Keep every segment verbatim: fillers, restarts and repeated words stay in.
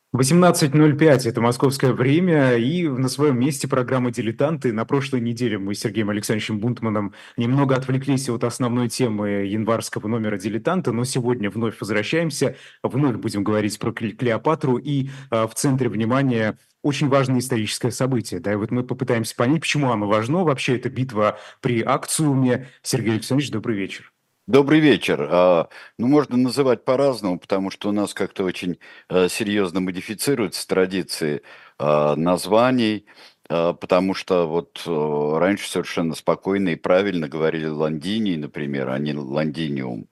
восемнадцать ноль пять, это московское время, и на своем месте программа «Дилетанты». На прошлой неделе мы с Сергеем Александровичем Бунтманом немного отвлеклись от основной темы январского номера «Дилетанта», но сегодня вновь возвращаемся, вновь будем говорить про Кле- Клеопатру, и а, в центре внимания очень важное историческое событие. Да, и вот мы попытаемся понять, почему оно важно. Вообще, это битва при Акциуме. Сергей Александрович, добрый вечер. Добрый вечер. А, Ну, можно называть по-разному, потому что у нас как-то очень э, серьезно модифицируются традиции а, названий, а, потому что вот э, раньше совершенно спокойно и правильно говорили Лондиний, например, а не Лондиниум.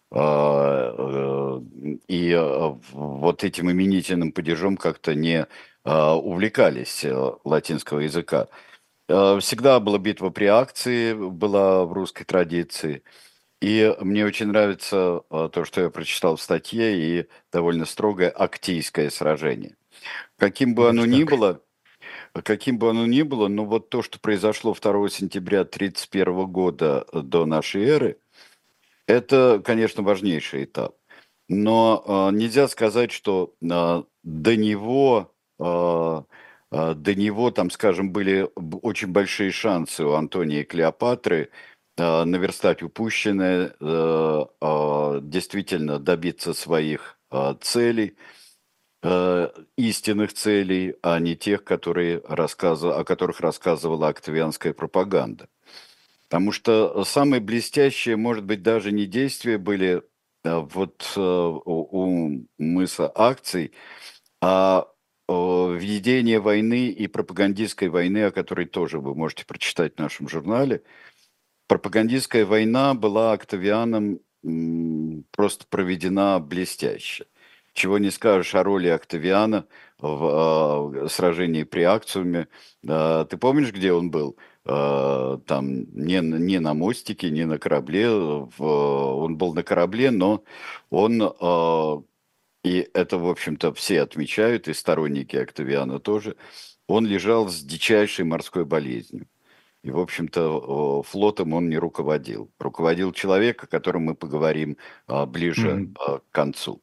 А, э, И э, в- вот этим именительным падежом как-то не а, увлекались э, латинского языка. Э, Всегда была битва при акции, была в русской традиции. И мне очень нравится а, то, что я прочитал в статье, и довольно строгое актийское сражение. Каким бы оно Даже ни так. было, каким бы оно ни было, но вот то, что произошло второго сентября тридцать первого года до нашей эры, это, конечно, важнейший этап. Но а, нельзя сказать, что а, до него, а, а, до него, там, скажем, были б- очень большие шансы у Антония и Клеопатры а, наверстать упущенное, э, а, действительно добиться своих а, целей, э, истинных целей, а не тех, которые рассказы- о которых рассказывала октавианская пропаганда. Потому что самые блестящие, может быть, даже не действия были а, вот э, у, у мыса акций, а э, введение войны и пропагандистской войны, о которой тоже вы можете прочитать в нашем журнале. Пропагандистская война была Октавианом м, просто проведена блестяще. Чего не скажешь о роли Октавиана в э, сражении при Акциуме. Э, ты помнишь, где он был? Э, там не, на- не на мостике, не на корабле. В- он был на корабле, но он, э, и это, в общем-то, все отмечают, и сторонники Октавиана тоже, он лежал с дичайшей морской болезнью. И, в общем-то, э, флотом он не руководил. Руководил человек, о котором мы поговорим а, ближе Мгм. а, к концу.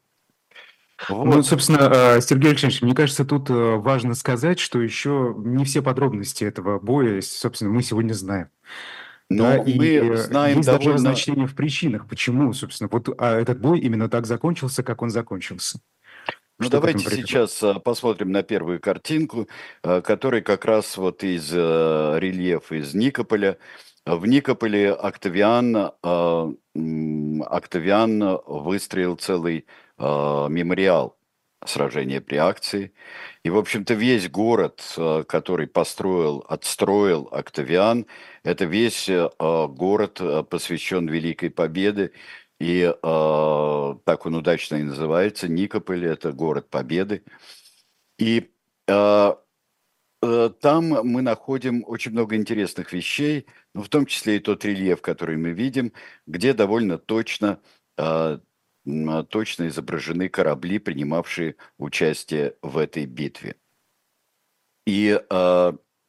Ну, Вот. собственно, э, Сергей Александрович, мне кажется, тут э, важно сказать, что еще не все подробности этого боя, собственно, мы сегодня знаем. Да, Но и мы э, знаем есть даже довольно. разночтение в причинах, почему, собственно, вот а, этот бой именно так закончился, как он закончился. Ну, Что к этому давайте привело? сейчас а, посмотрим на первую картинку, а, которая как раз вот из а, рельефа из Никополя. В Никополе Октавиан, а, м, Октавиан выстроил целый а, мемориал сражения при акции. И, в общем-то, весь город, а, который построил, отстроил Октавиан, это весь а, город а, посвящен Великой Победе. И э, так он удачно и называется. Никополь – это город Победы. И э, э, там мы находим очень много интересных вещей, ну, в том числе и тот рельеф, который мы видим, где довольно точно, э, м, точно изображены корабли, принимавшие участие в этой битве. И э,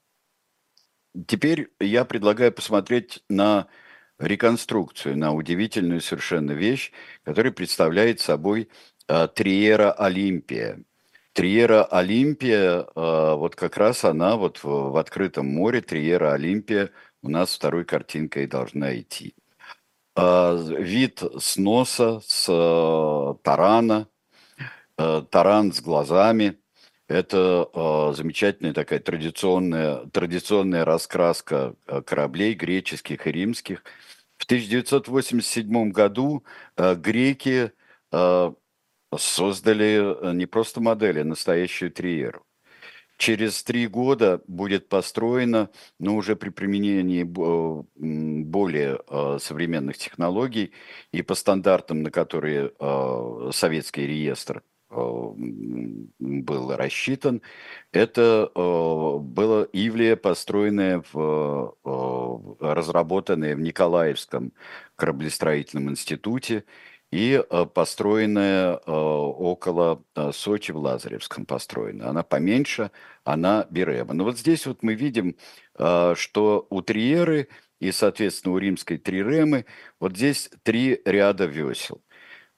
теперь я предлагаю посмотреть на реконструкцию, на удивительную совершенно вещь, которая представляет собой э, Триера Олимпия. Триера Олимпия, э, вот как раз она вот в, в открытом море, Триера Олимпия у нас второй картинкой и должна идти. Э, вид с носа, с э, тарана, э, таран с глазами. Это э, замечательная такая традиционная, традиционная раскраска э, кораблей греческих и римских. В тысяча девятьсот восемьдесят седьмом году э, греки э, создали э, не просто модель, а настоящую триеру. Через три года будет построена, но уже при применении бо- м, более э, современных технологий и по стандартам, на которые э, советский реестр э, м, был рассчитан, это э, было Ивлия, построенная в, э, разработанная в Николаевском кораблестроительном институте и э, построенная э, около э, Сочи в Лазаревском построена. Она поменьше, она Берема. Но вот здесь вот мы видим, э, что у Триеры и, соответственно, у римской Триремы вот здесь три ряда весел.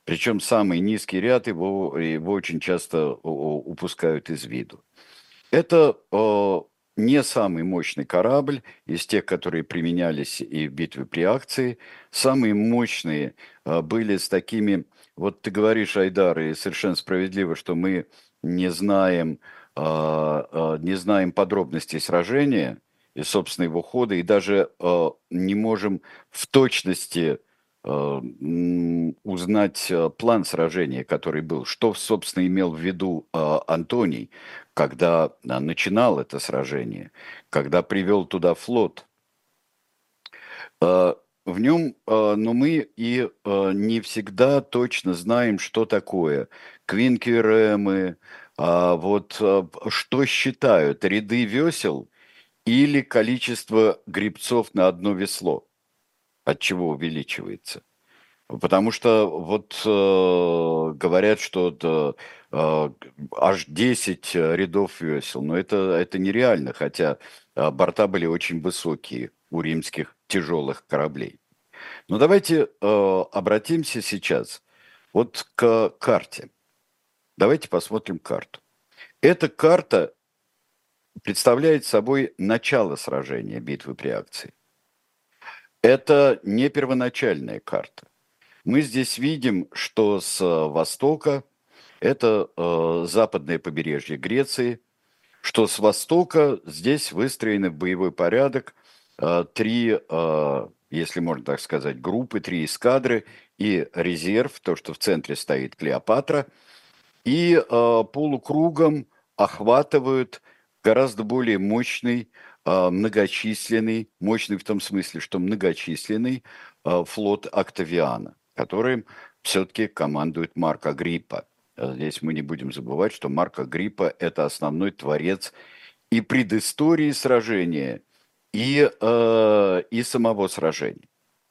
Причем самый низкий ряд его, его очень часто упускают из виду. Это э, не самый мощный корабль из тех, которые применялись и в битве при Акции. Самые мощные э, были с такими... Вот ты говоришь, Айдар, и совершенно справедливо, что мы не знаем, э, э, не знаем подробностей сражения и, собственно, его хода, и даже э, не можем в точности э, м, узнать э, план сражения, который был, что, собственно, имел в виду э, Антоний, когда а, начинал это сражение, когда привел туда флот. А, В нем, а, но мы и а, не всегда точно знаем, что такое квинкеремы, а, вот а, что считают, ряды весел или количество гребцов на одно весло, от чего увеличивается. Потому что вот э, говорят, что это, э, аж десять рядов весел, но это, это нереально, хотя э, борта были очень высокие у римских тяжелых кораблей. Но давайте э, обратимся сейчас вот к карте. Давайте посмотрим карту. Эта карта представляет собой начало сражения битвы при Акции. Это не первоначальная карта. Мы здесь видим, что с э, востока это э, западное побережье Греции, что с востока здесь выстроены в боевой порядок э, три, э, если можно так сказать, группы, три эскадры и резерв, то, что в центре стоит Клеопатра, и э, полукругом охватывают гораздо более мощный, э, многочисленный, мощный в том смысле, что многочисленный э, флот Октавиана, которым все-таки командует Марк Агриппа. Э, Здесь мы не будем забывать, что Марк Агриппа – это основной творец и предыстории сражения, и, э, и самого сражения.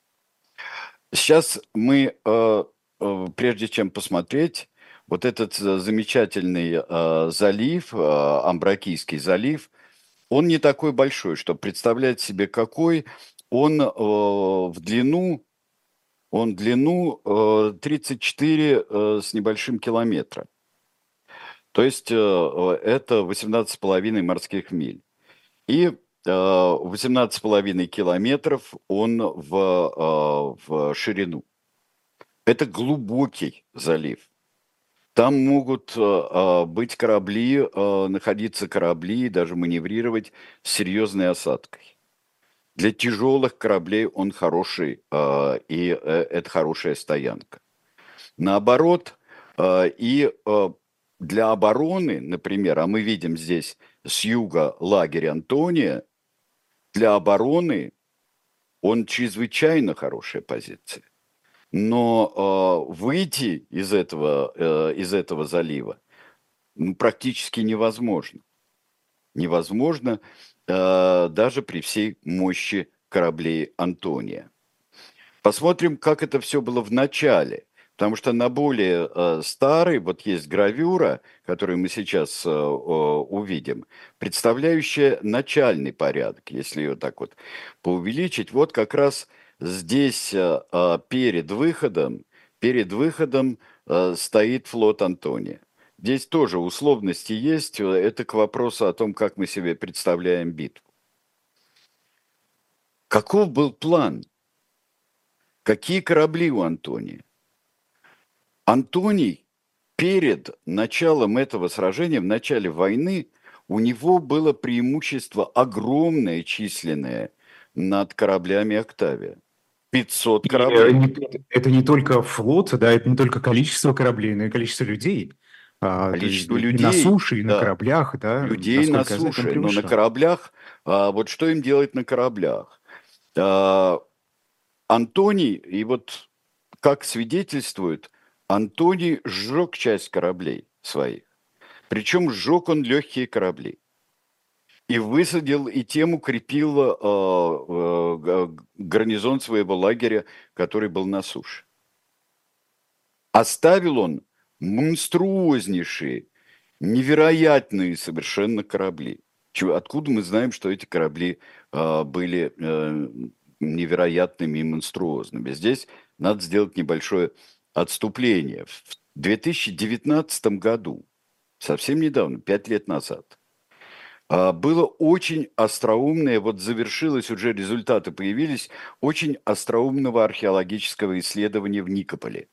Сейчас мы, э, э, прежде чем посмотреть, вот этот э, замечательный э, залив, э, Амбракийский залив, он не такой большой, чтобы представлять себе какой. Он э, в длину, он в длину э, тридцать четыре э, с небольшим километра. То есть э, э, это восемнадцать с половиной морских миль. И э, восемнадцать с половиной километров он в, э, в ширину. Это глубокий залив. Там могут э, э, быть корабли, э, находиться корабли, даже маневрировать с серьезной осадкой. Для тяжелых кораблей он хороший, э, и э, это хорошая стоянка. Наоборот, э, и э, для обороны, например, а мы видим здесь с юга лагерь Антония, для обороны он чрезвычайно хорошая позиция. Но э, выйти из этого, э, из этого залива ну, практически невозможно. Невозможно э, даже при всей мощи кораблей Антония. Посмотрим, как это все было в начале. Потому что на более э, старой, вот есть гравюра, которую мы сейчас э, э, увидим, представляющая начальный порядок, если ее так вот поувеличить. Вот как раз здесь э, э, перед выходом, перед выходом э, стоит флот Антония. Здесь тоже условности есть. э, Это к вопросу о том, как мы себе представляем битву. Каков был план? Какие корабли у Антония? Антоний перед началом этого сражения, в начале войны, у него было преимущество огромное численное над кораблями Октавия. пятьсот И э, кораблей. не- это не только флот, да, это не только количество кораблей, но и количество людей. А, то есть Количество и на людей, суше, и на да, кораблях, да, людей на насколько я знаю, там суше, но на превышал. кораблях, а, вот что им делать на кораблях? А, Антоний, и вот как свидетельствует, Антоний сжег часть кораблей своих. Причем сжег он легкие корабли. И высадил, и тем укрепил э, э, га- гарнизон своего лагеря, который был на суше. Оставил он монструознейшие, невероятные совершенно корабли. Чё- Откуда мы знаем, что эти корабли э, были э, невероятными и монструозными? Здесь надо сделать небольшое отступления в две тысячи девятнадцатом году, совсем недавно, пять лет назад, а, было очень остроумное, вот завершилось, уже результаты появились, очень остроумного археологического исследования в Никополе.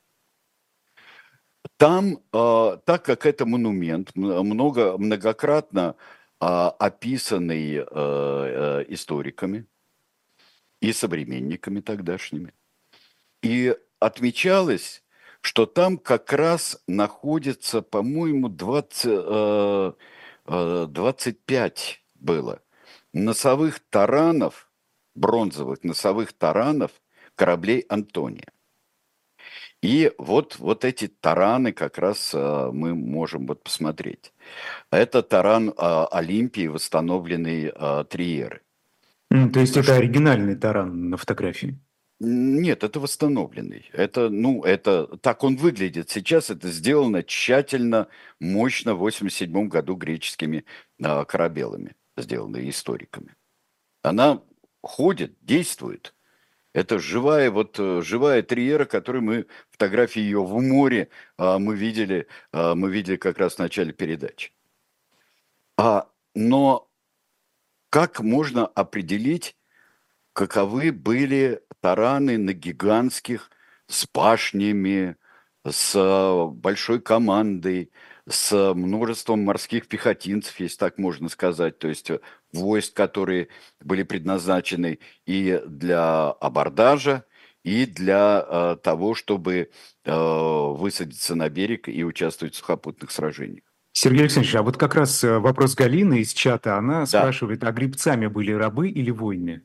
Там, а, так как это монумент, м- много, многократно а, описанный э, э, историками и современниками тогдашними, и отмечалось, что там как раз находится, по-моему, двадцать, э, э, двадцать пять было носовых таранов, бронзовых носовых таранов кораблей Антония. И вот, вот эти тараны как раз э, мы можем вот посмотреть. Это таран э, Олимпии, восстановленный э, Триеры. М, То есть это Что, оригинальный таран на фотографии. нет, это восстановленный. Это, ну, это так он выглядит сейчас. Это сделано тщательно, мощно в восемьдесят седьмом году греческими а, корабелами, сделано историками. Она ходит, действует. Это живая, вот э, живая триера, которую мы, фотографии ее в море, а, мы видели, а, мы видели как раз в начале передачи. А, но как можно определить, каковы были тараны на гигантских с башнями, с э, большой командой, с множеством морских пехотинцев, если так можно сказать, то есть э, войск, которые были предназначены и для абордажа, и для э, того, чтобы э, высадиться на берег и участвовать в сухопутных сражениях. Сергей Александрович, а вот как раз э, вопрос Галины из чата, она Да, спрашивает, а гребцами были рабы или воины?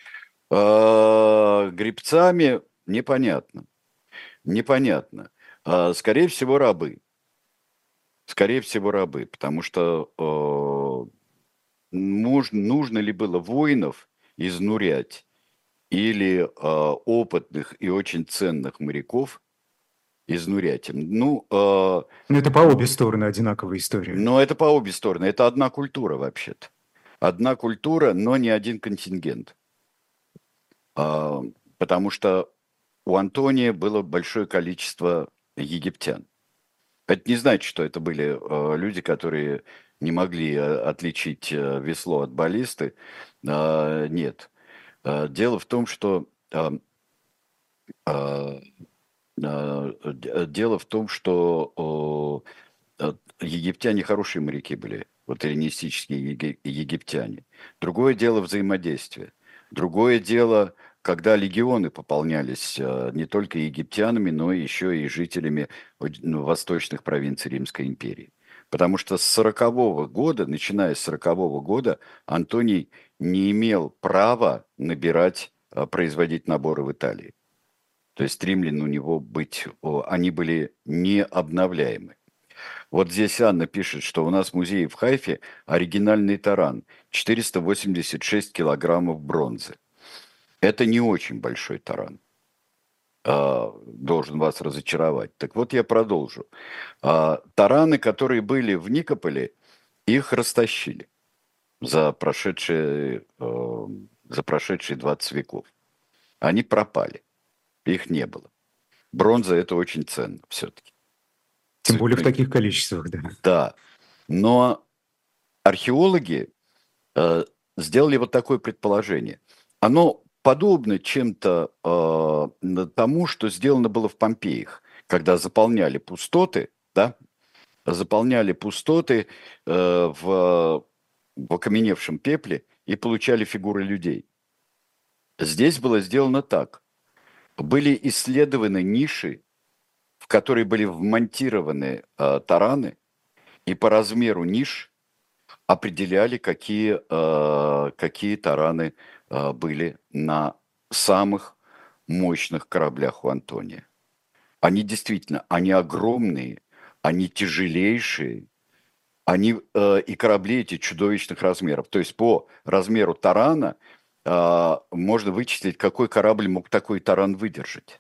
Э, гребцами непонятно. Непонятно. А, Скорее всего, рабы. Скорее всего, рабы, потому что э, нужно, нужно ли было воинов изнурять или э, опытных и очень ценных моряков изнурять им. Ну, э, Ну, это по обе стороны одинаковая история. но это по обе стороны. Это одна культура вообще-то. Одна культура, но не один контингент. А, потому что у Антония было большое количество египтян. Это не значит, что это были э, люди, которые не могли э, отличить э, весло от баллисты. А, нет. А, дело в том, что а, а, а, д- дело в том, что о, а, египтяне хорошие моряки были, вот эллинистические еги- египтяне. Другое дело взаимодействие. Другое дело, когда легионы пополнялись э, не только египтянами, но еще и жителями э, ну, восточных провинций Римской империи. Потому что с сорокового года, начиная с сорокового года, Антоний не имел права набирать, э, производить наборы в Италии. То есть римляне у него быть, о, они были необновляемы. Вот здесь Анна пишет, что у нас в музее в Хайфе оригинальный таран, четыреста восемьдесят шесть килограммов бронзы. Это не очень большой таран, а, должен вас разочаровать. Так вот я продолжу. А, тараны, которые были в Никополе, их растащили за прошедшие, э, за прошедшие двадцать веков. Они пропали, их не было. Бронза – это очень ценно все-таки. Тем более в Цветные. таких количествах, да. Да, но археологи э, сделали вот такое предположение. Оно подобно чем-то э, на тому, что сделано было в Помпеях, когда заполняли пустоты, да, заполняли пустоты э, в, в окаменевшем пепле и получали фигуры людей. Здесь было сделано так. Были исследованы ниши, в которые были вмонтированы э, тараны, и по размеру ниш определяли, какие, э, какие тараны э, были на самых мощных кораблях у Антония. Они действительно, они огромные, они тяжелейшие, они э, и корабли эти чудовищных размеров. То есть по размеру тарана э, можно вычислить, какой корабль мог такой таран выдержать.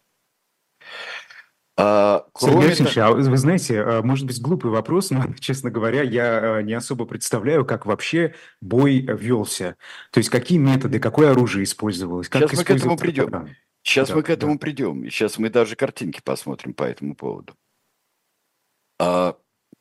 А, Сергей кроме того, Алексеевич, а вы знаете, э, может быть, глупый вопрос, но, честно говоря, я э, не особо представляю, как вообще бой велся. То есть какие методы, какое оружие использовалось, как сейчас мы к этому использовался придем. таран. Сейчас мы Да, к да. этому придем. И сейчас мы даже картинки посмотрим по этому поводу. А,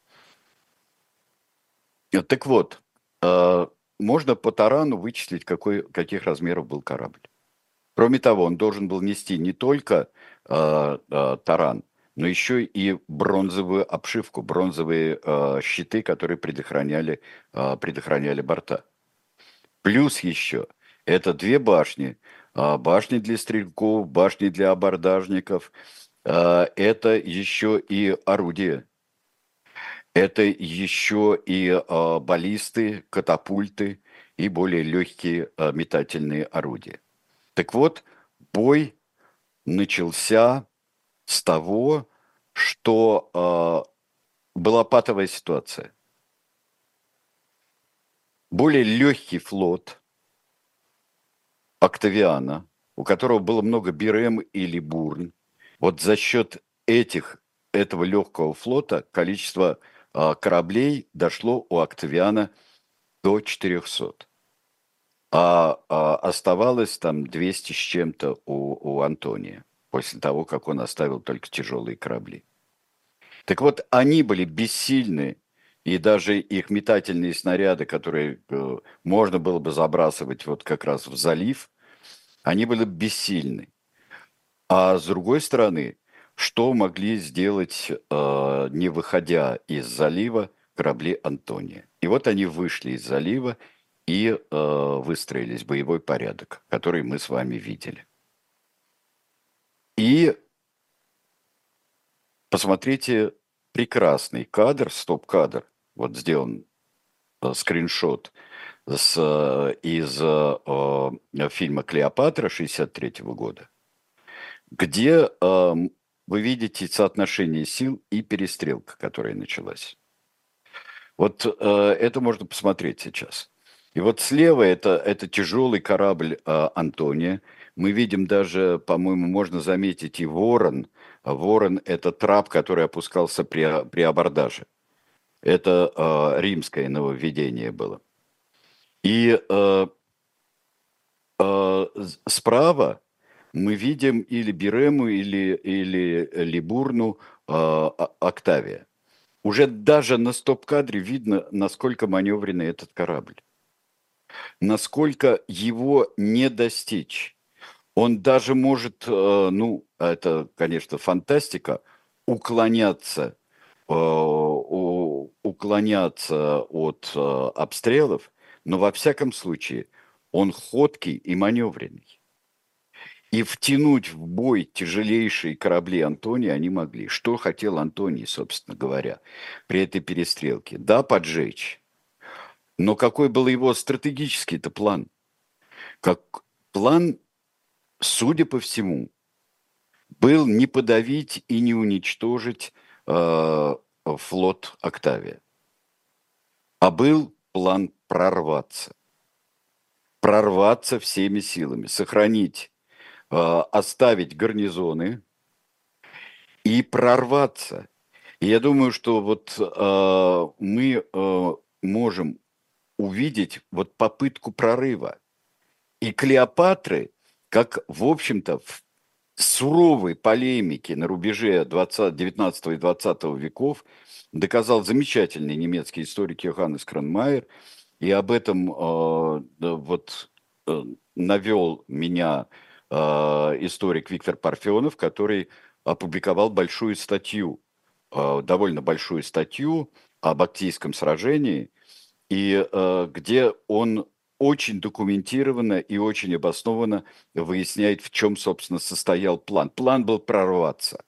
э, так вот, а, можно по тарану вычислить, какой, каких размеров был корабль. Кроме того, он должен был нести не только а, а, таран, но еще и бронзовую обшивку, бронзовые а, щиты, которые предохраняли, а, предохраняли борта. Плюс еще это две башни. а, Башни для стрелков, башни для абордажников. а, Это еще и орудия. Это еще и а, баллисты, катапульты и более легкие а, метательные орудия. Так вот, бой начался с того, что а, была патовая ситуация. Более легкий флот Октавиана, у которого было много Бирем или Бурн, вот за счет этих, этого легкого флота количество а, кораблей дошло у Октавиана до четырехсот. А, а оставалось там двести с чем-то у, у Антония, после того, как он оставил только тяжелые корабли. Так вот, они были бессильны, и даже их метательные снаряды, которые э, можно было бы забрасывать вот как раз в залив, они были бессильны. А с другой стороны, что могли сделать, э, не выходя из залива, корабли Антония? И вот они вышли из залива и э, выстроились в боевой порядок, который мы с вами видели. И посмотрите, прекрасный кадр, стоп-кадр, вот сделан э, скриншот с, э, из э, фильма «Клеопатра» шестьдесят третьего года, где э, вы видите соотношение сил и перестрелка, которая началась. Вот э, это можно посмотреть сейчас. И вот слева это, это тяжелый корабль э, Антония. Мы видим даже, по-моему, можно заметить и ворон. А ворон – это трап, который опускался при, при абордаже. Это э, римское нововведение было. И э, э, справа мы видим или Бирему, или, или Либурну э, Октавия. Уже даже на стоп-кадре видно, насколько маневренный этот корабль, насколько его не достичь. Он даже может, э, ну, это, конечно, фантастика, уклоняться, э, уклоняться от э, обстрелов, но во всяком случае он ходкий и маневренный. И втянуть в бой тяжелейшие корабли Антония они могли. Что хотел Антоний, собственно говоря, при этой перестрелке? Да, поджечь. Но какой был его стратегический-то план? Как план, судя по всему, был не подавить и не уничтожить э, флот Октавия, а был план прорваться. Прорваться всеми силами, сохранить, э, оставить гарнизоны и прорваться. И я думаю, что вот э, мы э, можем увидеть вот попытку прорыва. И Клеопатры, как, в общем-то, в суровой полемике на рубеже двадцатого, девятнадцатого и двадцатого веков доказал замечательный немецкий историк Йоханнес Кранмайер, и об этом э, да, вот э, навел меня э, историк Виктор Парфенов, который опубликовал большую статью, э, довольно большую статью об Актийском сражении, и э, где он очень документированно и очень обоснованно выясняет, в чем, собственно, состоял план. План был прорваться.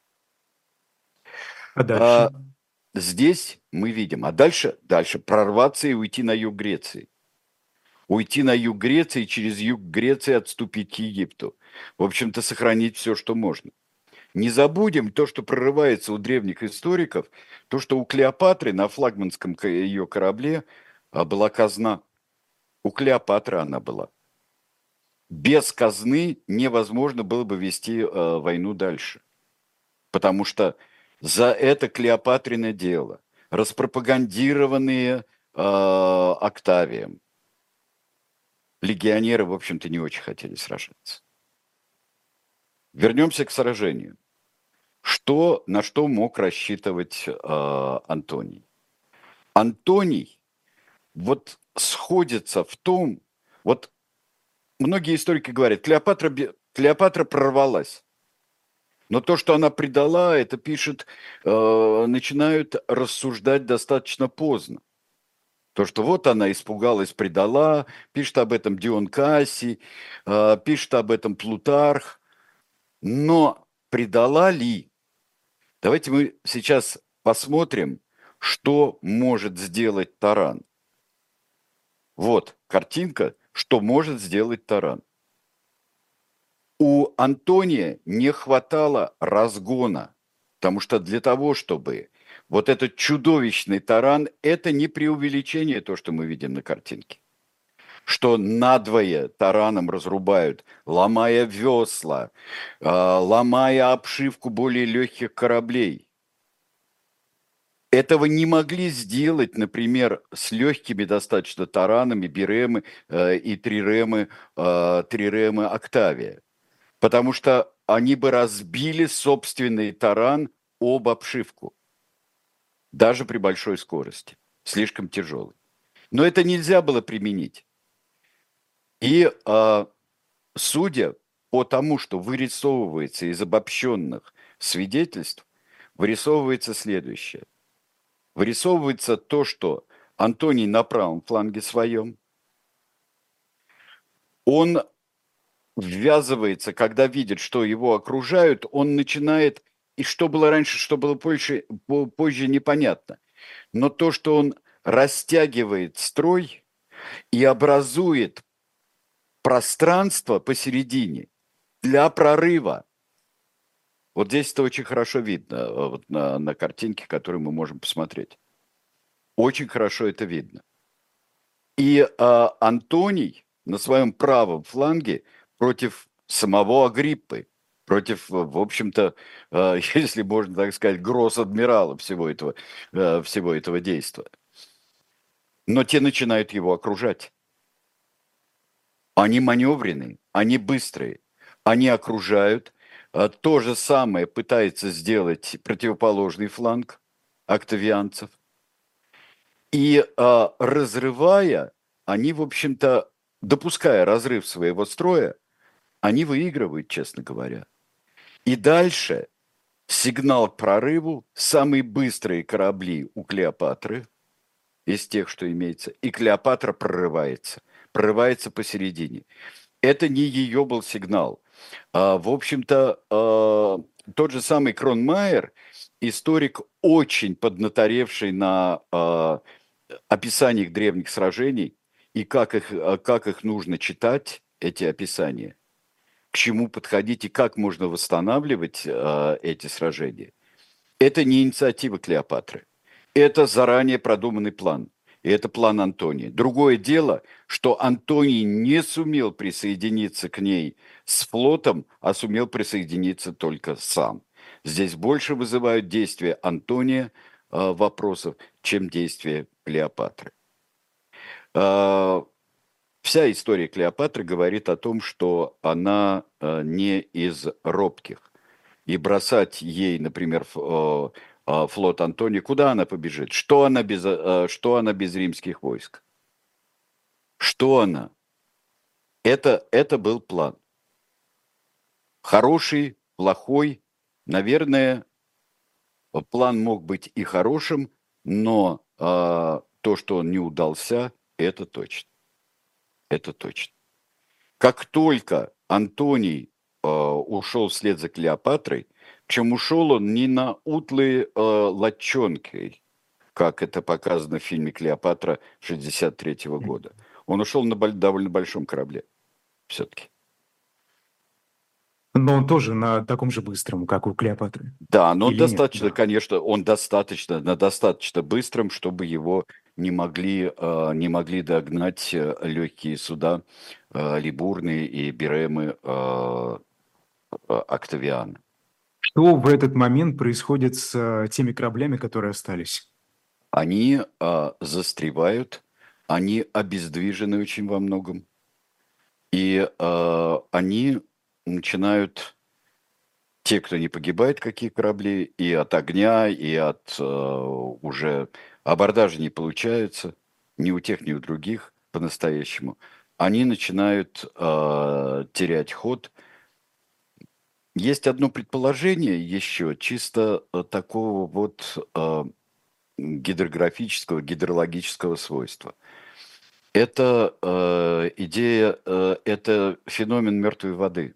А дальше? А здесь мы видим, а дальше, дальше прорваться и уйти на юг Греции. Уйти на юг Греции, через юг Греции отступить к Египту. В общем-то, сохранить все, что можно. Не забудем то, что прорывается у древних историков, то, что у Клеопатры на флагманском ее корабле а, была казна. У Клеопатры она была. Без казны невозможно было бы вести э, войну дальше. Потому что за это Клеопатрино дело, распропагандированные э, Октавием, легионеры, в общем-то, не очень хотели сражаться. Вернемся к сражению. Что, на что мог рассчитывать э, Антоний? Антоний вот сходится в том, вот многие историки говорят, Клеопатра, бе- Клеопатра прорвалась. Но то, что она предала, это пишет, э, начинают рассуждать достаточно поздно. То, что вот она испугалась, предала, пишет об этом Дион Кассий, э, пишет об этом Плутарх. Но предала ли? Давайте мы сейчас посмотрим, что может сделать таран. Вот картинка, что может сделать таран. У Антония не хватало разгона, потому что для того, чтобы вот этот чудовищный таран, это не преувеличение то, что мы видим на картинке, что надвое тараном разрубают, ломая весла, э, ломая обшивку более легких кораблей. Этого не могли сделать, например, с легкими достаточно таранами Биремы э, и Триремы, э, Триремы Октавия. Потому что они бы разбили собственный таран об обшивку, даже при большой скорости, слишком тяжелый. Но это нельзя было применить. И а, судя по тому, что вырисовывается из обобщенных свидетельств, вырисовывается следующее. Вырисовывается то, что Антоний на правом фланге своем, он ввязывается, когда видит, что его окружают, он начинает, и что было раньше, что было позже, по- позже непонятно. Но то, что он растягивает строй и образует пространство посередине для прорыва. Вот здесь это очень хорошо видно, э, вот на, на картинке, которую мы можем посмотреть. Очень хорошо это видно. И а, Антоний на своем правом фланге против самого Агриппы, против, э, в общем-то, э, если можно так сказать, гросс-адмирала всего этого, э, всего этого действия. Но те начинают его окружать. Они маневренные, они быстрые, они окружают. А, То же самое пытается сделать противоположный фланг октавианцев. И а, разрывая, они, в общем-то, допуская разрыв своего строя, они выигрывают, честно говоря. И дальше сигнал к прорыву, самые быстрые корабли у Клеопатры, из тех, что имеется, и Клеопатра прорывается, прорывается посередине. Это не ее был сигнал. А, в общем-то, а, тот же самый Кронмайер, историк, очень поднаторевший на а, описаниях древних сражений и как их, а, как их нужно читать, эти описания, к чему подходить и как можно восстанавливать а, эти сражения. Это не инициатива Клеопатры. Это заранее продуманный план. И это план Антония. Другое дело, что Антоний не сумел присоединиться к ней с флотом, а сумел присоединиться только сам. Здесь больше вызывают действия Антония э, вопросов, чем действия Клеопатры. Э, вся история Клеопатры говорит о том, что она э, не из робких. И бросать ей, например, ф- э, э, флот Антония, куда она побежит? Что она без, э, что она без римских войск? Что она? Это, это был план. Хороший, плохой. Наверное, план мог быть и хорошим, но э, то, что он не удался, это точно. Это точно. Как только Антоний э, ушел вслед за Клеопатрой, причем ушел он не на утлые э, лодчонки, как это показано в фильме «Клеопатра» шестьдесят третьего года. Он ушел на боль- довольно большом корабле все-таки. Но он тоже на таком же быстром, как у Клеопатры. Да, но он Или нет? достаточно, Да. конечно, он достаточно, на достаточно быстром, чтобы его не могли, э, не могли догнать э, легкие суда э, Либурны и Биремы э, э, Октавиана. Что в этот момент происходит с э, теми кораблями, которые остались? Они а, застревают, они обездвижены очень во многом, и а, они начинают те, кто не погибает, какие корабли, и от огня, и от э, уже абордажа не получается, ни у тех, ни у других по-настоящему, они начинают э, терять ход. Есть одно предположение еще, чисто э, такого вот э, гидрографического, гидрологического свойства. Это э, идея, э, это феномен мертвой воды.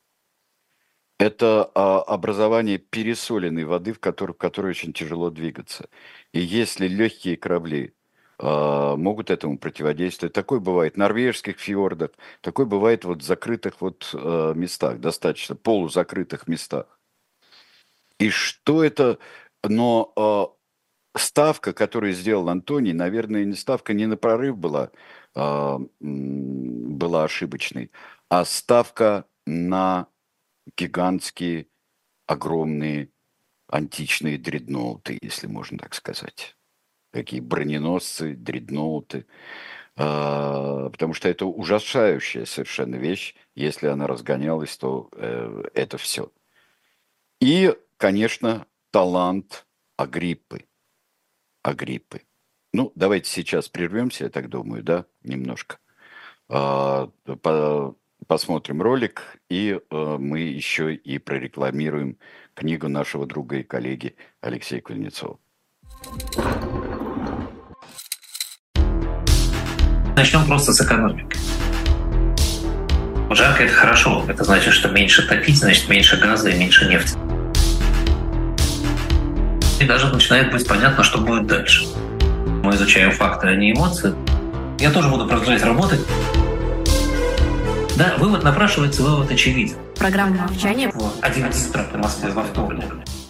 Это а, образование пересоленной воды, в которой, в которой очень тяжело двигаться. И если легкие корабли а, могут этому противодействовать, такое бывает в норвежских фьордах, такое бывает вот в закрытых вот а, местах, достаточно полузакрытых местах. И что это? Но а, ставка, которую сделал Антоний, наверное, не ставка не на прорыв была, а, м, была ошибочной, а ставка на гигантские, огромные античные дредноуты, если можно так сказать. Такие броненосцы, дредноуты. А, потому что это ужасающая совершенно вещь. Если она разгонялась, то э, это все. И, конечно, талант Агриппы. Агриппы. Ну, давайте сейчас прервемся, я так думаю, да, немножко. А, по- посмотрим ролик, и э, мы еще и прорекламируем книгу нашего друга и коллеги Алексея Кузнецова. Начнем просто с экономики. Жарко – это хорошо. Это значит, что меньше топить, значит, меньше газа и меньше нефти. И даже начинает быть понятно, что будет дальше. Мы изучаем факты, а не эмоции. Я тоже буду продолжать работать. Да, вывод напрашивается, вывод очевиден. Программа молчания. В одиннадцать утра по Москве во вторник.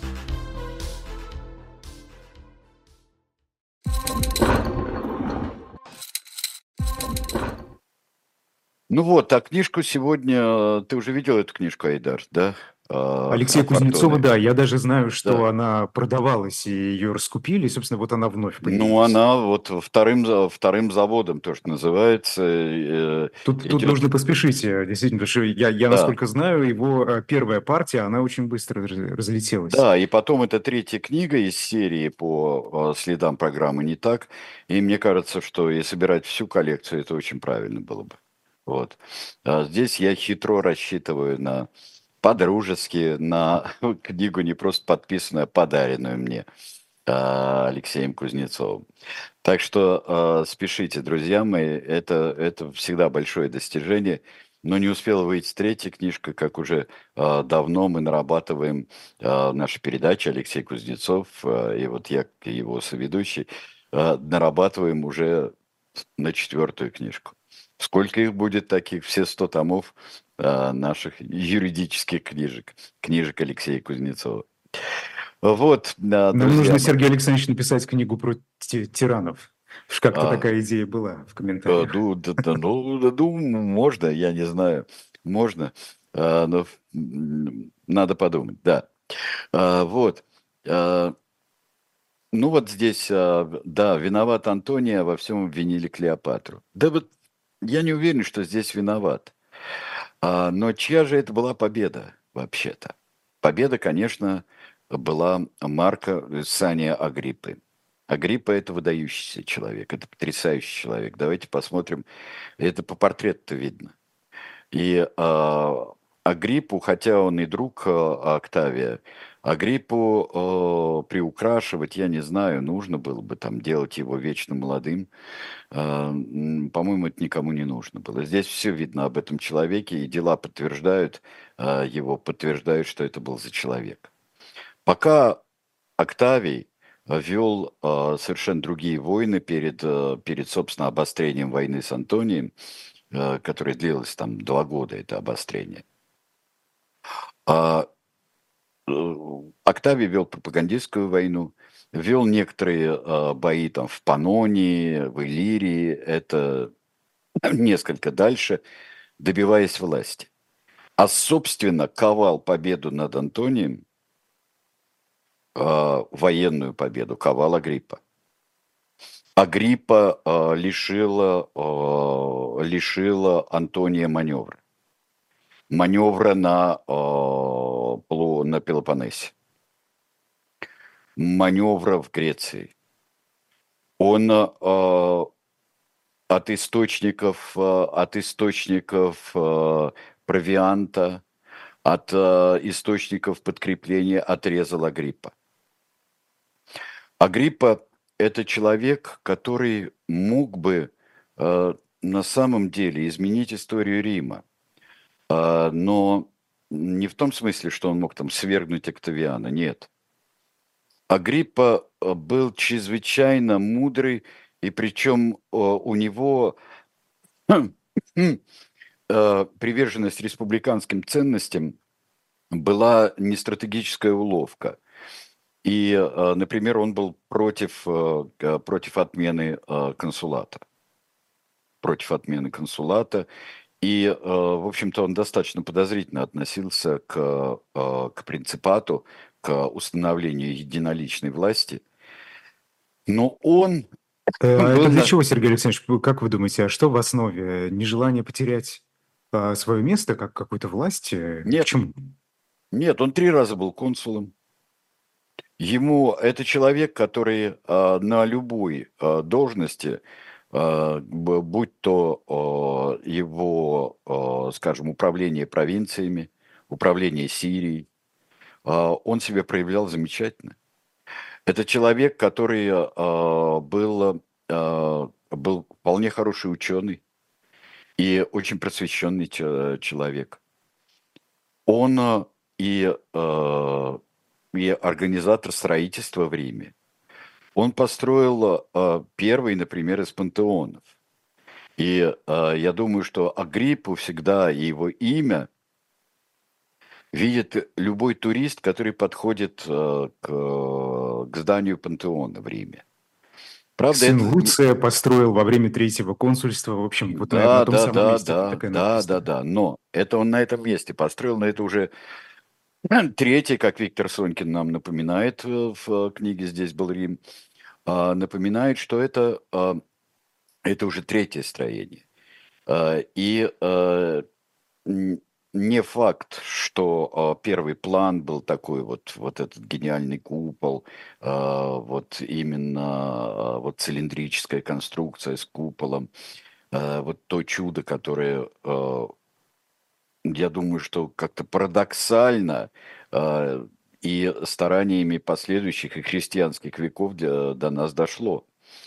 Ну вот, а книжку сегодня... Ты уже видел эту книжку, Айдар, да? А, Алексея Фортуны. Кузнецова, да, я даже знаю, что Да. она продавалась, и ее раскупили, и, собственно, вот она вновь появилась. Ну, она вот вторым, за- вторым заводом тоже называется. э, Тут, тут идет- нужно поспешить, э, действительно, потому что я, я Да. насколько знаю, его э, первая партия, она очень быстро раз- разлетелась. Да, и потом это третья книга из серии по э, следам программы «Не так». И мне кажется, что и собирать всю коллекцию, это очень правильно было бы. Вот. А здесь я хитро рассчитываю на по-дружески, на книгу не просто подписанную, а подаренную мне а, Алексеем Кузнецовым. Так что э, спешите, друзья мои, это, это всегда большое достижение. Но не успела выйти третья книжка, как уже э, давно мы нарабатываем э, наши передачи, Алексей Кузнецов, э, и вот я, его соведущий, э, нарабатываем уже на четвертую книжку. Сколько их будет таких? Все сто томов э, наших юридических книжек, книжек Алексея Кузнецова. Вот, да, Нам друзья нужно, мои. Сергей Александрович, написать книгу про ти- тиранов. Уж как-то А, такая идея была в Э, комментариях. ду- да- да, ну, да, думаю, можно, я не знаю, можно, А, но м, надо подумать, да. А, вот, А, ну вот здесь, а, да, виноват Антония, во всем обвинили Клеопатру. Да вот я не уверен, что здесь виноват. А, но чья же это была победа вообще-то? Победа, конечно, была Марка э, Сания Агриппы. Агриппа – это выдающийся человек, это потрясающий человек. Давайте посмотрим. Это по портрету видно. И а, Агриппу, хотя он и друг а, Октавия, Агриппу а, приукрашивать, я не знаю, нужно было бы там делать его вечно молодым. А, м, по-моему, это никому не нужно было. Здесь все видно об этом человеке, и дела подтверждают а, его, подтверждают, что это был за человек. Пока Октавий э, вел а, совершенно другие войны перед, а, перед, собственно, обострением войны с Антонием, а, которое длилось там два года, это обострение. А, э, Октавий вел пропагандистскую войну, вел некоторые а, бои там в Панонии, в Иллирии, это несколько дальше, добиваясь власти. А, собственно, ковал победу над Антонием, а, военную победу, ковал Агриппа. Агриппа а, лишила, а, лишила Антония маневра. Маневра на, а, Полу, на Пелопоннесе, маневра в Греции. Он э, от источников, э, от источников э, провианта, от э, источников подкрепления отрезал Агриппа. Агриппа – это человек, который мог бы э, на самом деле изменить историю Рима, э, но не в том смысле, что он мог там свергнуть Октавиана, нет. Агриппа э, был чрезвычайно мудрый, и причем э, у него э, приверженность республиканским ценностям была не стратегическая уловка. И, э, например, он был против, э, г- против отмены э, консулата. Против отмены консулата. И, э, в общем-то, он достаточно подозрительно относился к, э, к принципату, к установлению единоличной власти. Но он Э, А был это для на... чего, Сергей Александрович, вы- как вы думаете, а что в основе? Нежелание потерять а, свое место как какой-то власти? Нет, Почему? нет, он три раза был консулом. Ему это человек, который э, на любой э, должности, э, б- будь то э, его, э, скажем, управление провинциями, управление Сирией, э, он себя проявлял замечательно. Это человек, который э, был, э, был вполне хороший ученый и очень просвещенный че- человек. Он э, и, э, и организатор строительства в Риме. Он построил э, первый, например, из пантеонов. И э, я думаю, что Агриппу всегда и его имя видит любой турист, который подходит э, к, к зданию пантеона в Риме. Правда, Сын это... не- Луция построил во время третьего консульства. В общем, вот на, на Да, том да, самом да, месте да, такая да, надпись. да, Да. да. Но это он на этом месте построил, но это уже третий, как Виктор Сонькин нам напоминает э, в э, книге «Здесь был Рим», а, напоминает, что это, а, это уже третье строение. А, И э, н- не факт, что а, первый план был такой вот, вот этот гениальный купол, а, вот именно а, вот цилиндрическая конструкция с куполом, а, вот то чудо, которое, а, я думаю, что как-то парадоксально а, и стараниями последующих и христианских веков для- до нас дошло.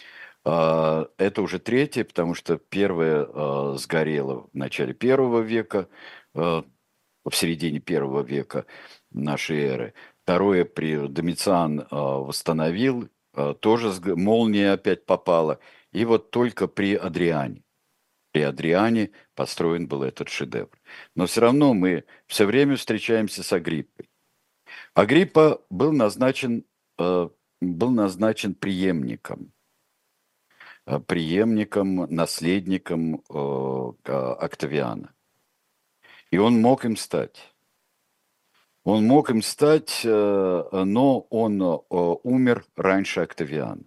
А, Это уже третье, потому что первое а, сгорело в начале первого века, а, в середине первого века нашей эры. Второе при Домициан а, восстановил, а, тоже сг- молния опять попала. И вот только при Адриане. При Адриане построен был этот шедевр. Но все равно мы все время встречаемся с Агриппой. Агриппа был назначен, э, был назначен преемником э, преемником, наследником э, э, Октавиана. И он мог им стать. Он мог им стать, э, но он э, умер раньше Октавиана.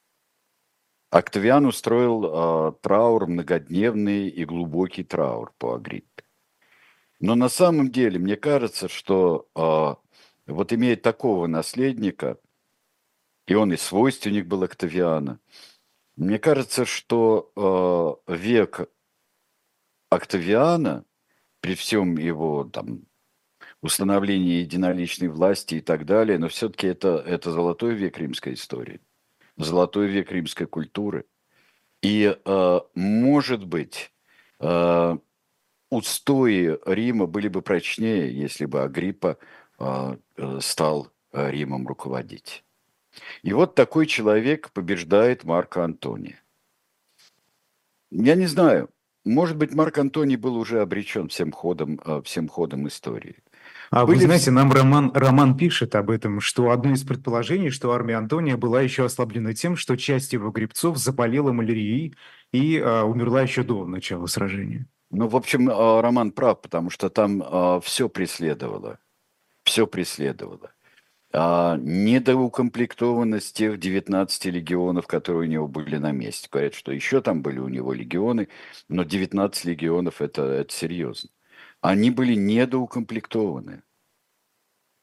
Октавиан устроил э, траур, многодневный и глубокий траур по Агриппе. Но на самом деле, мне кажется, что э, вот имея такого наследника, и он и свойственник был Октавиана, мне кажется, что э, век Октавиана, при всем его там установлении единоличной власти и так далее, но все-таки это, это золотой век римской истории, золотой век римской культуры. И, э, может быть, э, устои Рима были бы прочнее, если бы Агриппа э, э, стал э, Римом руководить. И вот такой человек побеждает Марка Антония. Я не знаю, может быть, Марк Антоний был уже обречен всем ходом, э, всем ходом истории. А вы Были знаете, вс- нам Роман, Роман пишет об этом, что одно из предположений, что армия Антония была еще ослаблена тем, что часть его гребцов заболела малярией и а, умерла еще до начала сражения. Ну, в общем, э, Роман прав, потому что там все преследовало, все преследовало. А, недоукомплектованность тех девятнадцати легионов, которые у него были на месте. Говорят, что еще там были у него легионы, но девятнадцать легионов это, это серьезно. Они были недоукомплектованы.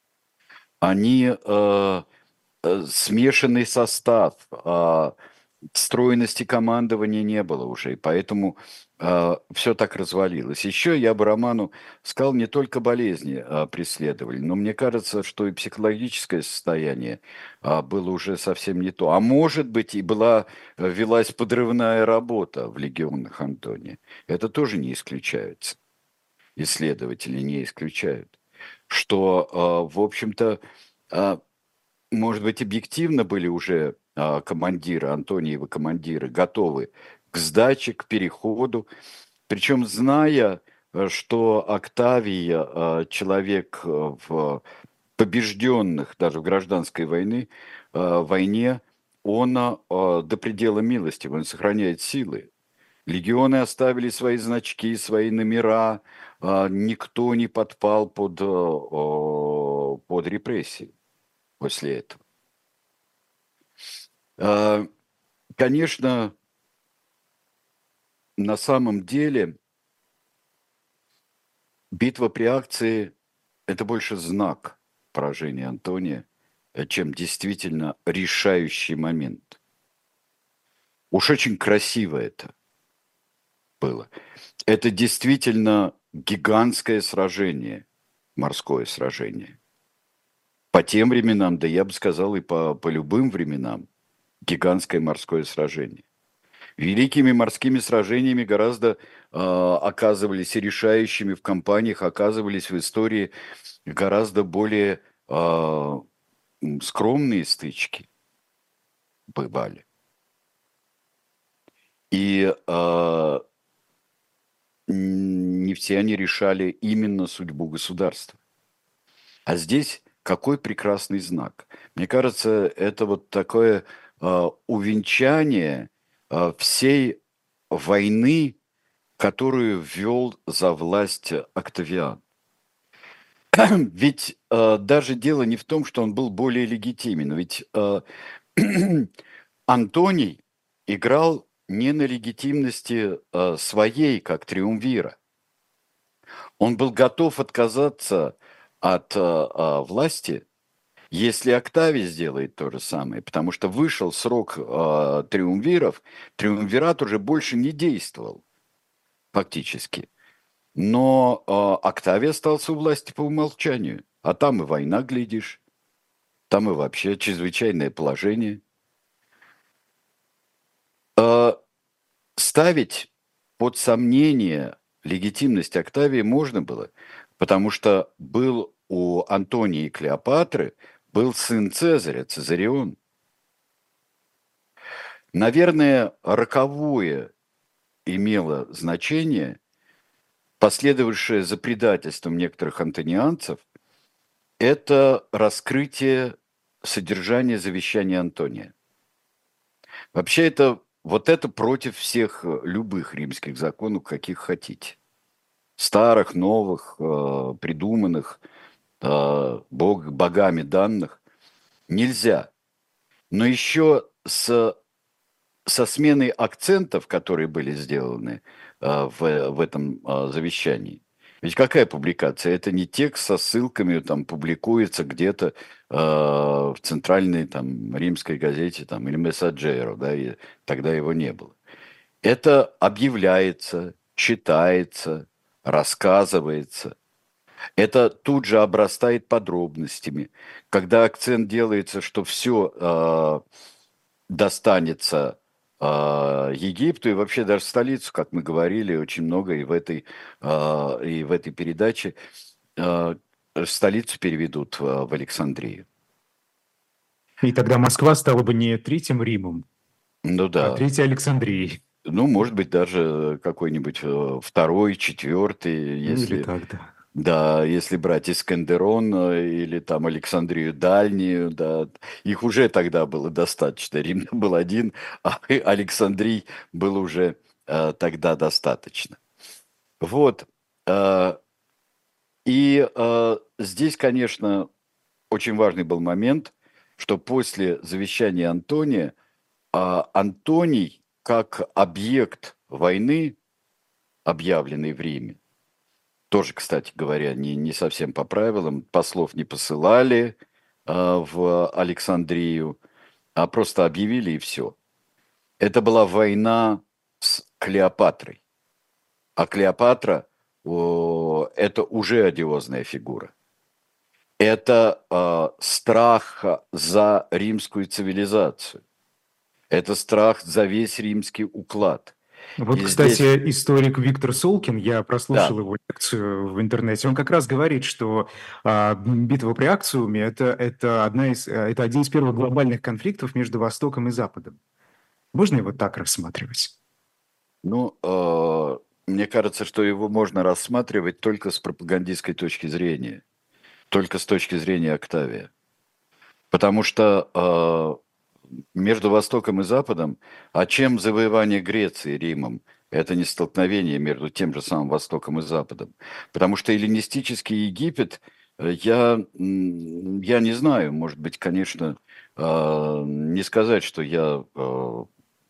они э, э, смешанный состав, э, стройности командования не было уже, и поэтому э, все так развалилось. Еще я бы Роману сказал, не только болезни э, преследовали, но мне кажется, что и психологическое состояние э, было уже совсем не то. А может быть, и была, э, велась подрывная работа в легионах Антония. Это тоже не исключается. Исследователи не исключают. Что, э, в общем-то, э, может быть, объективно были уже а, командиры, Антониевы командиры, готовы к сдаче, к переходу. Причем зная, э, что Октавий, э, человек э, в побежденных, даже в гражданской войны, э, войне, он э, до предела милостив, он сохраняет силы. Легионы оставили свои значки, свои номера, э, никто не подпал под, э, о, под репрессии после этого. А, Конечно, на самом деле битва при акции – это больше знак поражения Антония, э, чем действительно решающий момент. Уж очень красиво это было. Это действительно гигантское сражение, морское сражение. По тем временам, да я бы сказал и по, по любым временам, гигантское морское сражение. Великими морскими сражениями гораздо э, оказывались и решающими в кампаниях, оказывались в истории гораздо более э, скромные стычки бывали. И э, не все они решали именно судьбу государства. А здесь какой прекрасный знак. Мне кажется, это вот такое э, увенчание э, всей войны, которую ввел за власть Октавиан. Ведь э, даже дело не в том, что он был более легитимен. Ведь э, Антоний играл не на легитимности э, своей, как триумвира. Он был готов отказаться от э, э, власти, если Октавий сделает то же самое, потому что вышел срок э, триумвиров, триумвират уже больше не действовал фактически. Но э, Октавий остался у власти по умолчанию. А там и война, глядишь, там и вообще чрезвычайное положение. Э, ставить под сомнение легитимность Октавии можно было, потому что был у Антония и Клеопатры был сын Цезаря, Цезарион. Наверное, роковое имело значение, последовавшее за предательством некоторых антонианцев, это раскрытие содержания завещания Антония. Вообще это вот это против всех э, любых римских законов, каких хотите. Старых, новых, э, придуманных, э, бог, богами данных. Нельзя. Но еще с, со сменой акцентов, которые были сделаны э, в, в этом э, завещании. Ведь какая публикация? Это не текст со ссылками, там публикуется где-то э, в центральной там, римской газете там, или Мессаджеро, да, и тогда его не было. Это объявляется, читается, рассказывается. Это тут же обрастает подробностями. Когда акцент делается, что все э, достанется э, Египту и вообще даже столицу, как мы говорили, очень много и в этой, э, и в этой передаче э, столицу переведут в, в Александрию. И тогда Москва стала бы не Третьим Римом, Ну а да. Третьей Александрией. Ну, может быть, даже какой-нибудь э, второй, четвертый, Ну или если... так, да. Да, если брать Искандерон э, или там Александрию Дальнюю, да, их уже тогда было достаточно. Рим был один, а Александрий был уже э, тогда достаточно. Вот. Э, и э, здесь, конечно, очень важный был момент, что после завещания Антония э, Антоний как объект войны, объявленный в Риме, тоже, кстати говоря, не, не совсем по правилам. Послов не посылали, в Александрию, а просто объявили и все. Это была война с Клеопатрой. А Клеопатра о, это уже одиозная фигура. Это э, страх за римскую цивилизацию. Это страх за весь римский уклад. Вот, И кстати, здесь, историк Виктор Солкин, я прослушал да, его лекцию в интернете, он как раз говорит, что а, битва при Акциуме это, это, одна из, э, это один из первых глобальных конфликтов между Востоком и Западом. Можно его так рассматривать? ну, э, мне кажется, что его можно рассматривать только с пропагандистской точки зрения, только с точки зрения Октавия. Потому что э, между Востоком и Западом, а чем завоевание Греции Римом? Это не столкновение между тем же самым Востоком и Западом. Потому что эллинистический Египет, э, я, м, я не знаю, может быть, конечно, э, не сказать, что я э,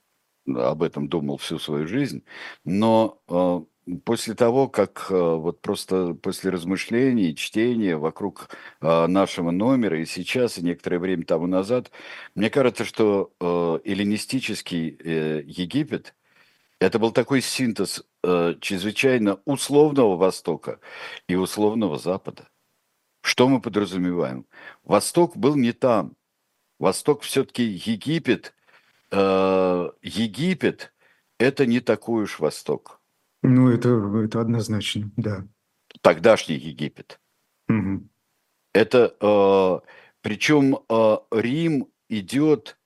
об этом думал всю свою жизнь, но э, после того, как э, вот просто после размышлений, чтения вокруг э, нашего номера и сейчас, и некоторое время тому назад, мне кажется, что э, эллинистический э, Египет это был такой синтез э, чрезвычайно условного Востока и условного Запада. Что мы подразумеваем? Восток был не там. Восток все-таки Египет, э, Египет это не такой уж Восток. Ну, это, это однозначно, да. Тогдашний Египет. Мгм. Это, э, причем э, Рим идет...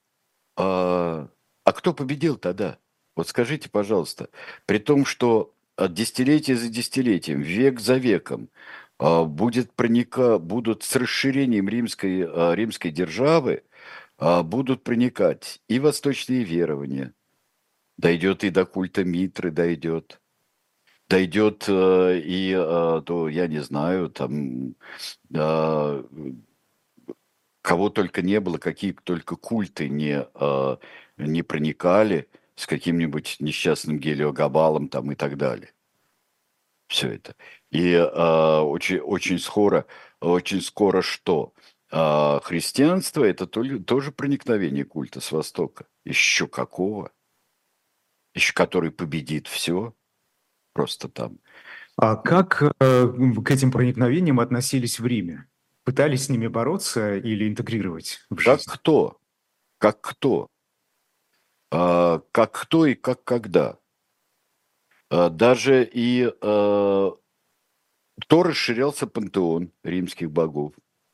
э, а кто победил тогда? Вот скажите, пожалуйста. При том, что э, десятилетие за десятилетием, век за веком э, будет проника, будут с расширением римской, э, римской державы э, будут проникать и восточные верования. Дойдет и до культа Митры, дойдет. Дойдет э, и э, до, я не знаю, там, э, кого только не было, какие только культы не, э, не проникали с каким-нибудь несчастным Гелиогабалом там и так далее. Все это. И э, очень, очень скоро, очень скоро что? Э, христианство – это то- тоже проникновение культа с Востока. Еще какого? Еще который победит все просто там. А как э, к этим проникновениям относились в Риме? Пытались с ними бороться или интегрировать в Как жизнь? кто? Как кто? А, как кто и как когда. А, даже и а, то расширялся пантеон римских богов.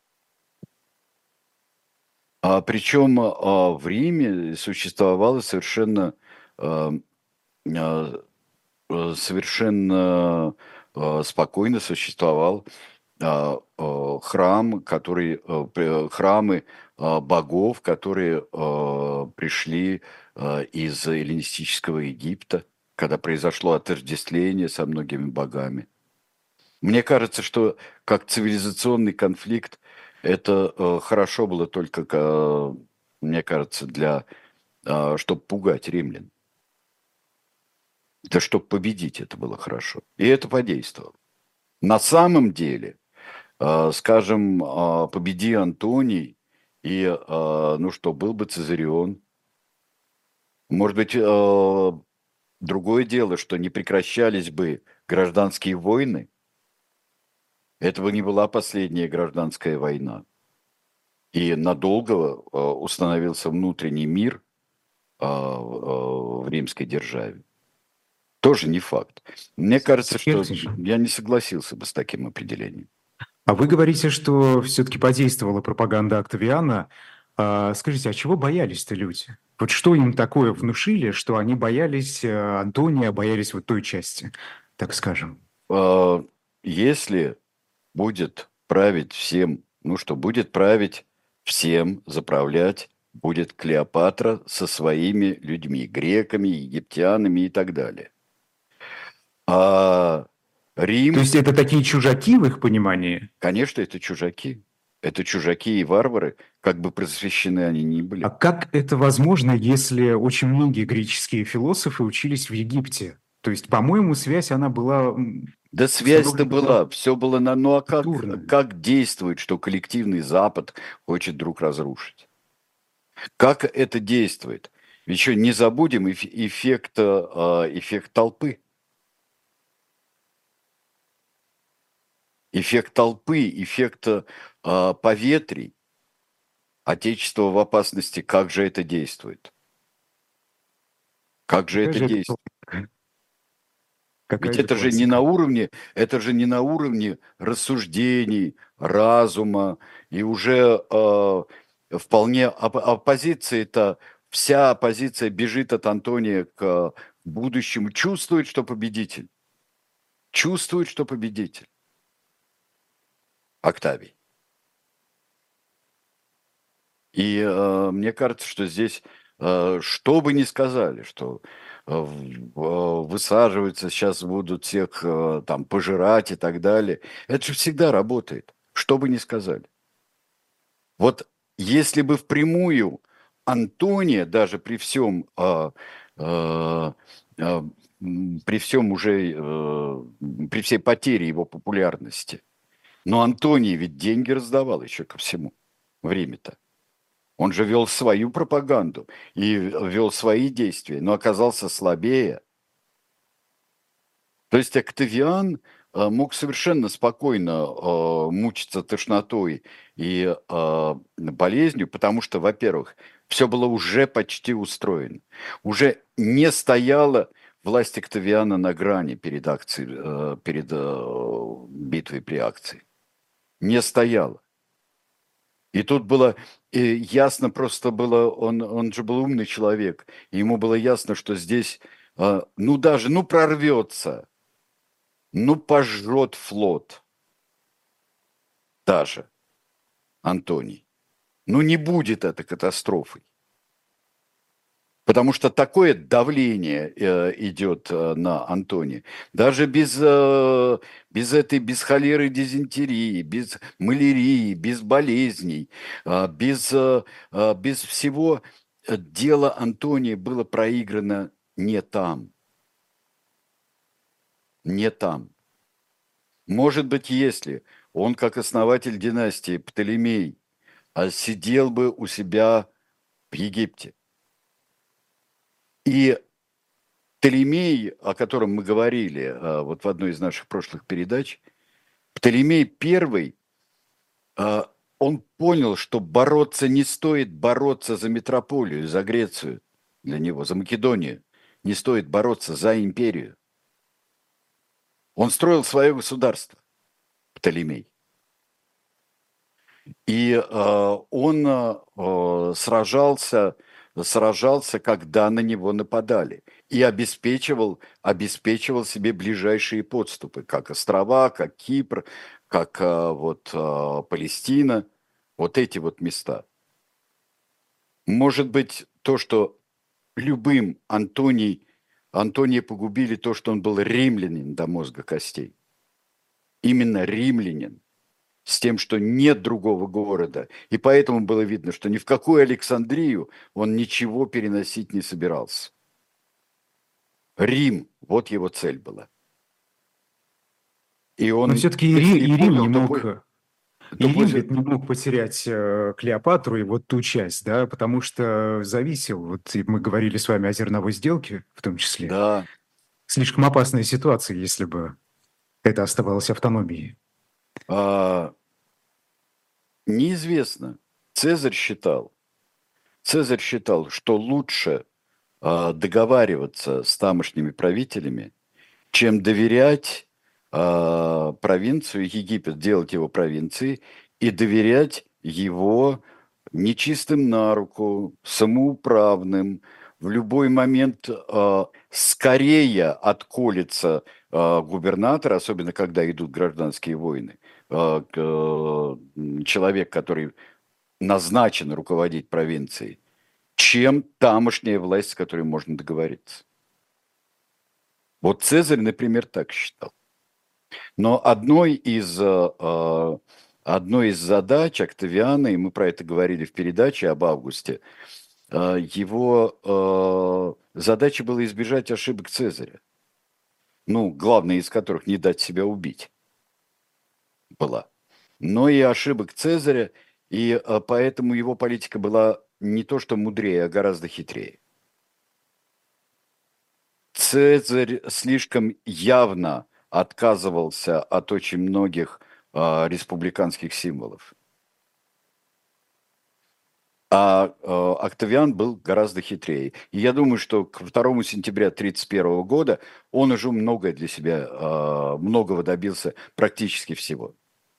А, причем а, в Риме существовало совершенно, а, а, а, совершенно а, спокойно существовал а, а, храм, который, а, п- храмы а, богов, которые а, пришли а, из эллинистического Египта, когда произошло отождествление со многими богами. Мне кажется, что как цивилизационный конфликт это э, хорошо было только, э, мне кажется, для, чтобы пугать римлян. Да чтобы победить это было хорошо. И это подействовало. На самом деле, э, скажем, э, победи Антоний, и, э, ну что, был бы Цезарион. Может быть, э, другое дело, что не прекращались бы гражданские войны. Это бы не была последняя гражданская война. И надолго э, установился внутренний мир э, э, в римской державе. Тоже не факт. Мне кажется, Сергей что Алексеевич, я не согласился бы с таким определением. а вы говорите, что все-таки подействовала пропаганда Октавиана. А, скажите, а чего боялись-то люди? Вот что им такое внушили, что они боялись э, Антония, боялись вот той части, так скажем? Э, Если будет править всем, ну что, будет править всем, заправлять, будет Клеопатра со своими людьми, греками, египтянами и так далее. А То Рим, есть это такие чужаки в их понимании? конечно, это чужаки. Это чужаки и варвары, как бы просвещены они ни А были. как это возможно, если очень многие греческие философы учились в Египте? То есть, по-моему, связь, она была м, Да связь-то установлена была, все было на... Ну а как, культурная. как действует, что коллективный Запад хочет вдруг разрушить? Как это действует? Еще не забудем эф- эффект, э, эффект толпы. Эффект толпы, эффект э, поветрий. Отечество в опасности, как же это действует? Как же Какая это же это действует? классика? Ведь Какая же это же не на классика? уровне, это же не на уровне рассуждений, разума, и уже э, вполне оп- оппозиция-то, вся оппозиция бежит от Антония к э, будущему, чувствует, что победитель, чувствует, что победитель. Октавий. И э, мне кажется, что здесь, э, что бы ни сказали, что э, в- э, высаживаются, сейчас будут всех э, там пожирать и так далее, это же всегда работает, что бы ни сказали. Вот если бы впрямую Антония, даже при всем, э, э, э, м, при всем уже, э, при всей потере его популярности, но Антоний ведь деньги раздавал еще ко всему в Риме-то. Он же вел свою пропаганду и вел свои действия, но оказался слабее. То есть Октавиан э, мог совершенно спокойно э, мучиться тошнотой и э, болезнью, потому что, во-первых, все было уже почти устроено. Уже не стояла власть Октавиана на грани перед акцией, э, перед э, битвой при акции. Не стояла. И тут было э, ясно, просто было, он, он же был умный человек, и ему было ясно, что здесь, э, ну даже, ну прорвется, ну пожжет флот даже Антоний. Ну не будет это катастрофой. Потому что такое давление э, идет э, на Антония. Даже без, э, без этой, без холеры, дизентерии, без малярии, без болезней, э, без, э, э, без всего э, дело Антония было проиграно не там, не там. Может быть, если он, как основатель династии Птолемей, а, сидел бы у себя в Египте, и Птолемей, о котором мы говорили а, вот в одной из наших прошлых передач, Птолемей первый, а, он понял, что бороться не стоит бороться за метрополию, за Грецию для него, за Македонию. Не стоит бороться за империю. Он строил свое государство, Птолемей. И э, он э, сражался, сражался, когда на него нападали, и обеспечивал, обеспечивал себе ближайшие подступы, как острова, как Кипр, как э, вот э, Палестина, вот эти вот места. Может быть, то, что любым Антоний, Антония погубили, то, что он был римлянин до мозга костей. Именно римлянин, с тем, что нет другого города. И поэтому было видно, что ни в какую Александрию он ничего переносить не собирался. Рим, вот его цель была. И Но он, все-таки и, Ри- если и и Рим не понял, то, мог, по- э, то и Рим после... ведь не мог потерять э, Клеопатру и вот ту часть, да, потому что зависел, вот и мы говорили с вами о зерновой сделке в том числе. Да, Слишком опасная ситуация, если бы это оставалось автономией. а, неизвестно. Цезарь считал, Цезарь считал, что лучше а, договариваться с тамошними правителями, чем доверять а, провинцию Египет, делать его провинцией и доверять его нечистым на руку, самоуправным, в любой момент а, скорее отколется а, губернатор, особенно когда идут гражданские войны, а, к- а, человек, который назначен руководить провинцией, чем тамошняя власть, с которой можно договориться. Вот Цезарь, например, так считал. Но одной из, э, э, одной из задач Октавиана, и мы про это говорили в передаче об Августе, э, его э, задачей было избежать ошибок Цезаря. ну, главная из которых не дать себя убить была, но и ошибок Цезаря, и а, поэтому его политика была не то что мудрее, а гораздо хитрее. Цезарь слишком явно отказывался от очень многих а, республиканских символов. А э, Октавиан был гораздо хитрее. И я думаю, что к второму сентября тридцать первого года он уже многое для себя, э, многого добился, практически всего.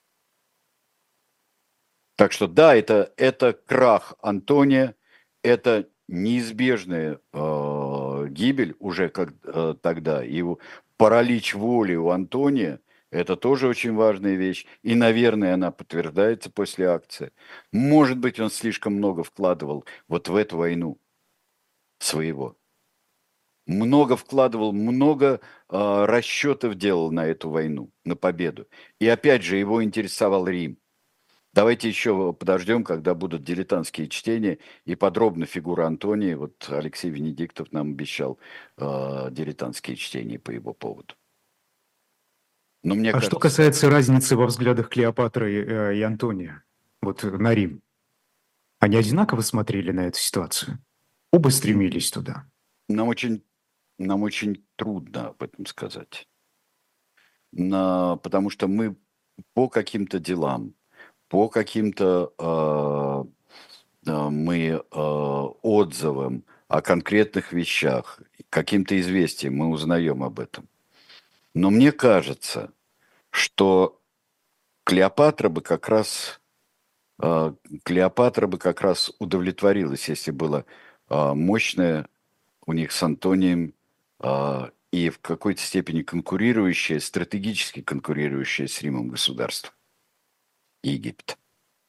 Так что да, это, это крах Антония, это неизбежная э, гибель уже как, э, тогда, и у- паралич воли у Антония, это тоже очень важная вещь, и, наверное, она подтверждается после акции. Может быть, он слишком много вкладывал вот в эту войну своего. Много вкладывал, много э, расчетов делал на эту войну, на победу. И опять же, его интересовал Рим. Давайте еще подождем, когда будут дилетантские чтения и подробно фигура Антония. Вот Алексей Венедиктов нам обещал э, дилетантские чтения по его поводу. Но мне А что кажется, касается разницы во взглядах Клеопатры и, э, и Антония, вот э, на Рим, они одинаково смотрели на эту ситуацию? Оба стремились туда. нам очень, нам очень трудно об этом сказать. На, потому что мы по каким-то делам, по каким-то э, э, мы э, отзывам о конкретных вещах, каким-то известиям мы узнаем об этом. Но мне кажется, что Клеопатра бы как раз э, Клеопатра бы как раз удовлетворилась, если было э, мощное у них с Антонием э, и в какой-то степени конкурирующее, стратегически конкурирующее с Римом государство Египет.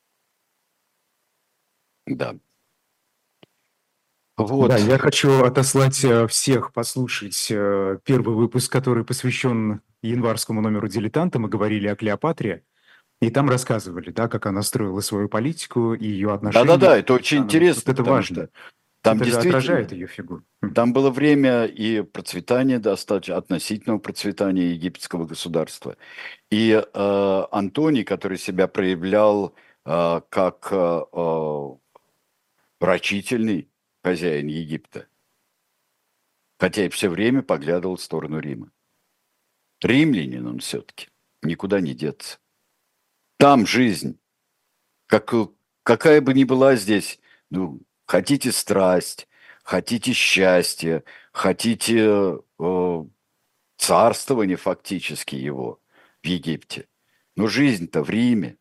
Да. Да, Вот. я хочу отослать э, всех послушать э, первый выпуск, который посвящен январскому номеру «Дилетанта». Мы говорили о Клеопатре, и там рассказывали, да, как она строила свою политику и ее отношения Да-да-да, с это очень странами. Вот интересно, это потому важно. что там Это же отражает действительно, ее фигуру. там было время и процветания, достаточно относительного процветания египетского государства. И э, Антоний, который себя проявлял э, как э, э, рачительный хозяин Египта, хотя и все время поглядывал в сторону Рима. Римлянин он все-таки, никуда не деться. Там жизнь, как, какая бы ни была здесь, ну, хотите страсть, хотите счастье, хотите э, царствование фактически его в Египте. Но жизнь-то в Риме.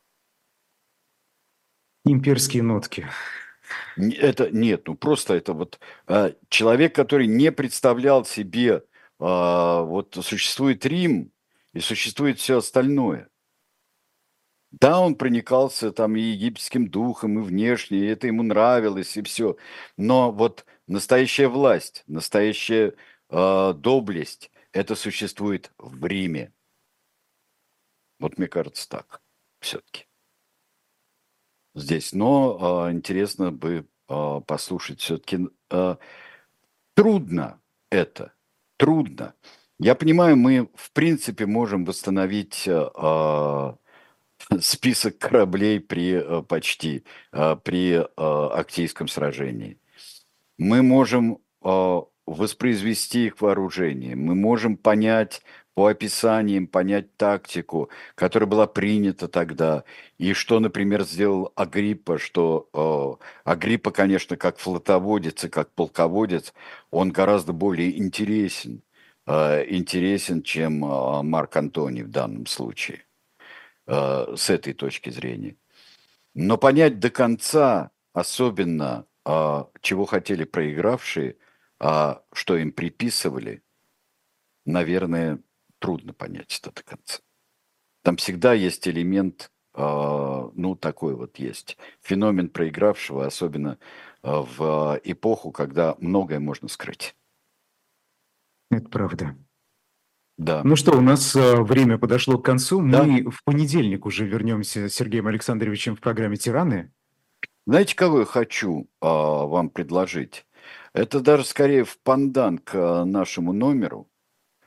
Имперские нотки. Н- Это нет, ну просто это вот э, человек, который не представлял себе, э, вот существует Рим и существует все остальное. Да, он проникался там и египетским духом, и внешне, и это ему нравилось, и все. Но вот настоящая власть, настоящая э, доблесть, это существует в Риме. Вот мне кажется так все-таки здесь. Но э, интересно бы э, послушать все-таки. Э, трудно это, трудно. Я понимаю, мы в принципе можем восстановить э, а, список кораблей при э, почти э, при э, Актийском сражении. Мы можем э, воспроизвести их вооружение, мы можем понять по описаниям, понять тактику, которая была принята тогда, и что, например, сделал Агриппа, что э, Агриппа, конечно, как флотоводец и как полководец, он гораздо более интересен, э, интересен, чем э, Марк Антоний в данном случае э, с этой точки зрения. Но понять до конца, особенно а, чего хотели проигравшие, а что им приписывали, наверное, трудно понять это до конца. Там всегда есть элемент, а, ну, такой вот есть, феномен проигравшего, особенно а, в эпоху, когда многое можно скрыть. Это правда. Да, Ну что, у нас э, время подошло к концу. да. Мы в понедельник уже вернемся с Сергеем Александровичем в программе «Тираны». Знаете, кого я хочу а, вам предложить? Это даже скорее в пандан к а, нашему номеру.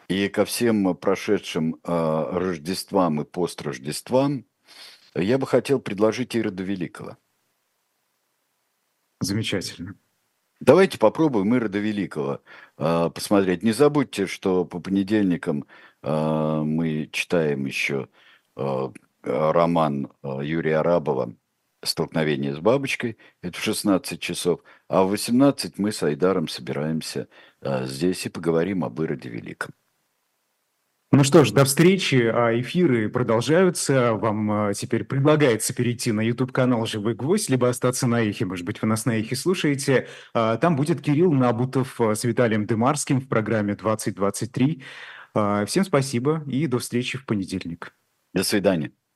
И ко всем прошедшим э, Рождествам и построждествам я бы хотел предложить Ирода Великого. Замечательно. Давайте попробуем Ирода Великого э, посмотреть. Не забудьте, что по понедельникам э, мы читаем еще э, роман э, Юрия Арабова «Столкновение с бабочкой». Это в шестнадцать часов. А в восемнадцать мы с Айдаром собираемся э, здесь и поговорим об Ироде Великом. Ну что ж, до встречи, а эфиры продолжаются. Вам а, теперь предлагается перейти на YouTube-канал «Живой гвоздь», либо остаться на Эхе, может быть, вы нас на Эхе слушаете. А, Там будет Кирилл Набутов а, с Виталием Дымарским в программе двадцать двадцать три. А, Всем спасибо и до встречи в понедельник. До свидания.